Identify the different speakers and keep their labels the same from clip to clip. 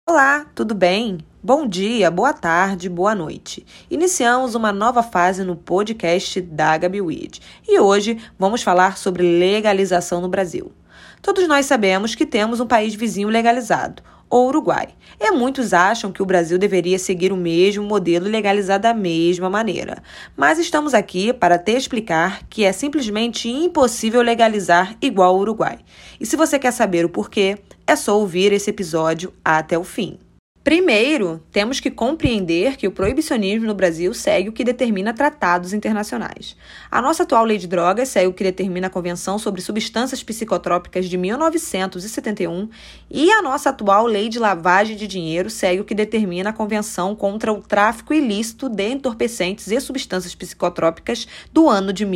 Speaker 1: Olá, tudo bem? Bom dia, boa tarde, boa noite. Iniciamos uma nova fase no podcast da Gabi Weed e hoje vamos falar sobre legalização no Brasil. Todos nós sabemos que temos um país vizinho legalizado, o Uruguai, e muitos acham que o Brasil deveria seguir o mesmo modelo e legalizar da mesma maneira. Mas estamos aqui para te explicar que é simplesmente impossível legalizar igual ao Uruguai. E se você quer saber o porquê, é só ouvir esse episódio até o fim. Primeiro, temos que compreender que o proibicionismo no Brasil segue o que determina tratados internacionais. A nossa atual lei de drogas segue o que determina a Convenção sobre Substâncias Psicotrópicas de 1971 e a nossa atual lei de lavagem de dinheiro segue o que determina a Convenção contra o Tráfico Ilícito de Entorpecentes e Substâncias Psicotrópicas do ano de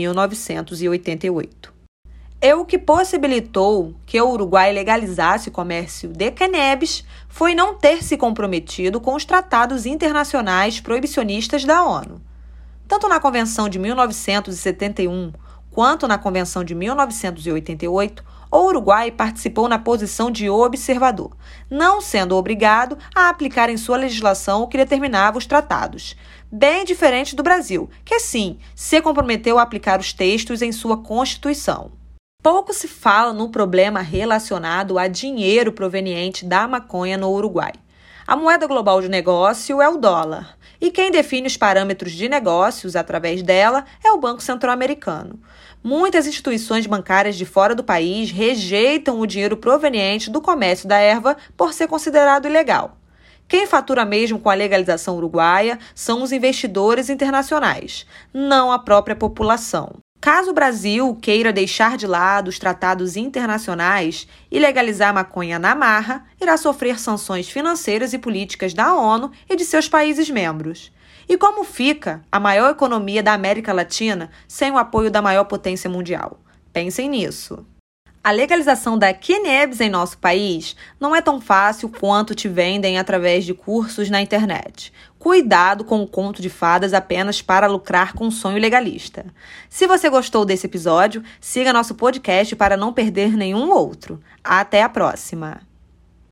Speaker 1: 1988. O que possibilitou que o Uruguai legalizasse o comércio de cannabis foi não ter se comprometido com os tratados internacionais proibicionistas da ONU. Tanto na Convenção de 1971 quanto na Convenção de 1988, o Uruguai participou na posição de observador, não sendo obrigado a aplicar em sua legislação o que determinava os tratados. Bem diferente do Brasil, que sim, se comprometeu a aplicar os textos em sua Constituição. Pouco se fala no problema relacionado a dinheiro proveniente da maconha no Uruguai. A moeda global de negócio é o dólar, e quem define os parâmetros de negócios através dela é o Banco Centro-Americano. Muitas instituições bancárias de fora do país rejeitam o dinheiro proveniente do comércio da erva por ser considerado ilegal. Quem fatura mesmo com a legalização uruguaia são os investidores internacionais, não a própria população. Caso o Brasil queira deixar de lado os tratados internacionais e legalizar a maconha na marra, irá sofrer sanções financeiras e políticas da ONU e de seus países membros. E como fica a maior economia da América Latina sem o apoio da maior potência mundial? Pensem nisso. A legalização da cannabis em nosso país não é tão fácil quanto te vendem através de cursos na internet. Cuidado com o conto de fadas apenas para lucrar com um sonho legalista. Se você gostou desse episódio, siga nosso podcast para não perder nenhum outro. Até a próxima!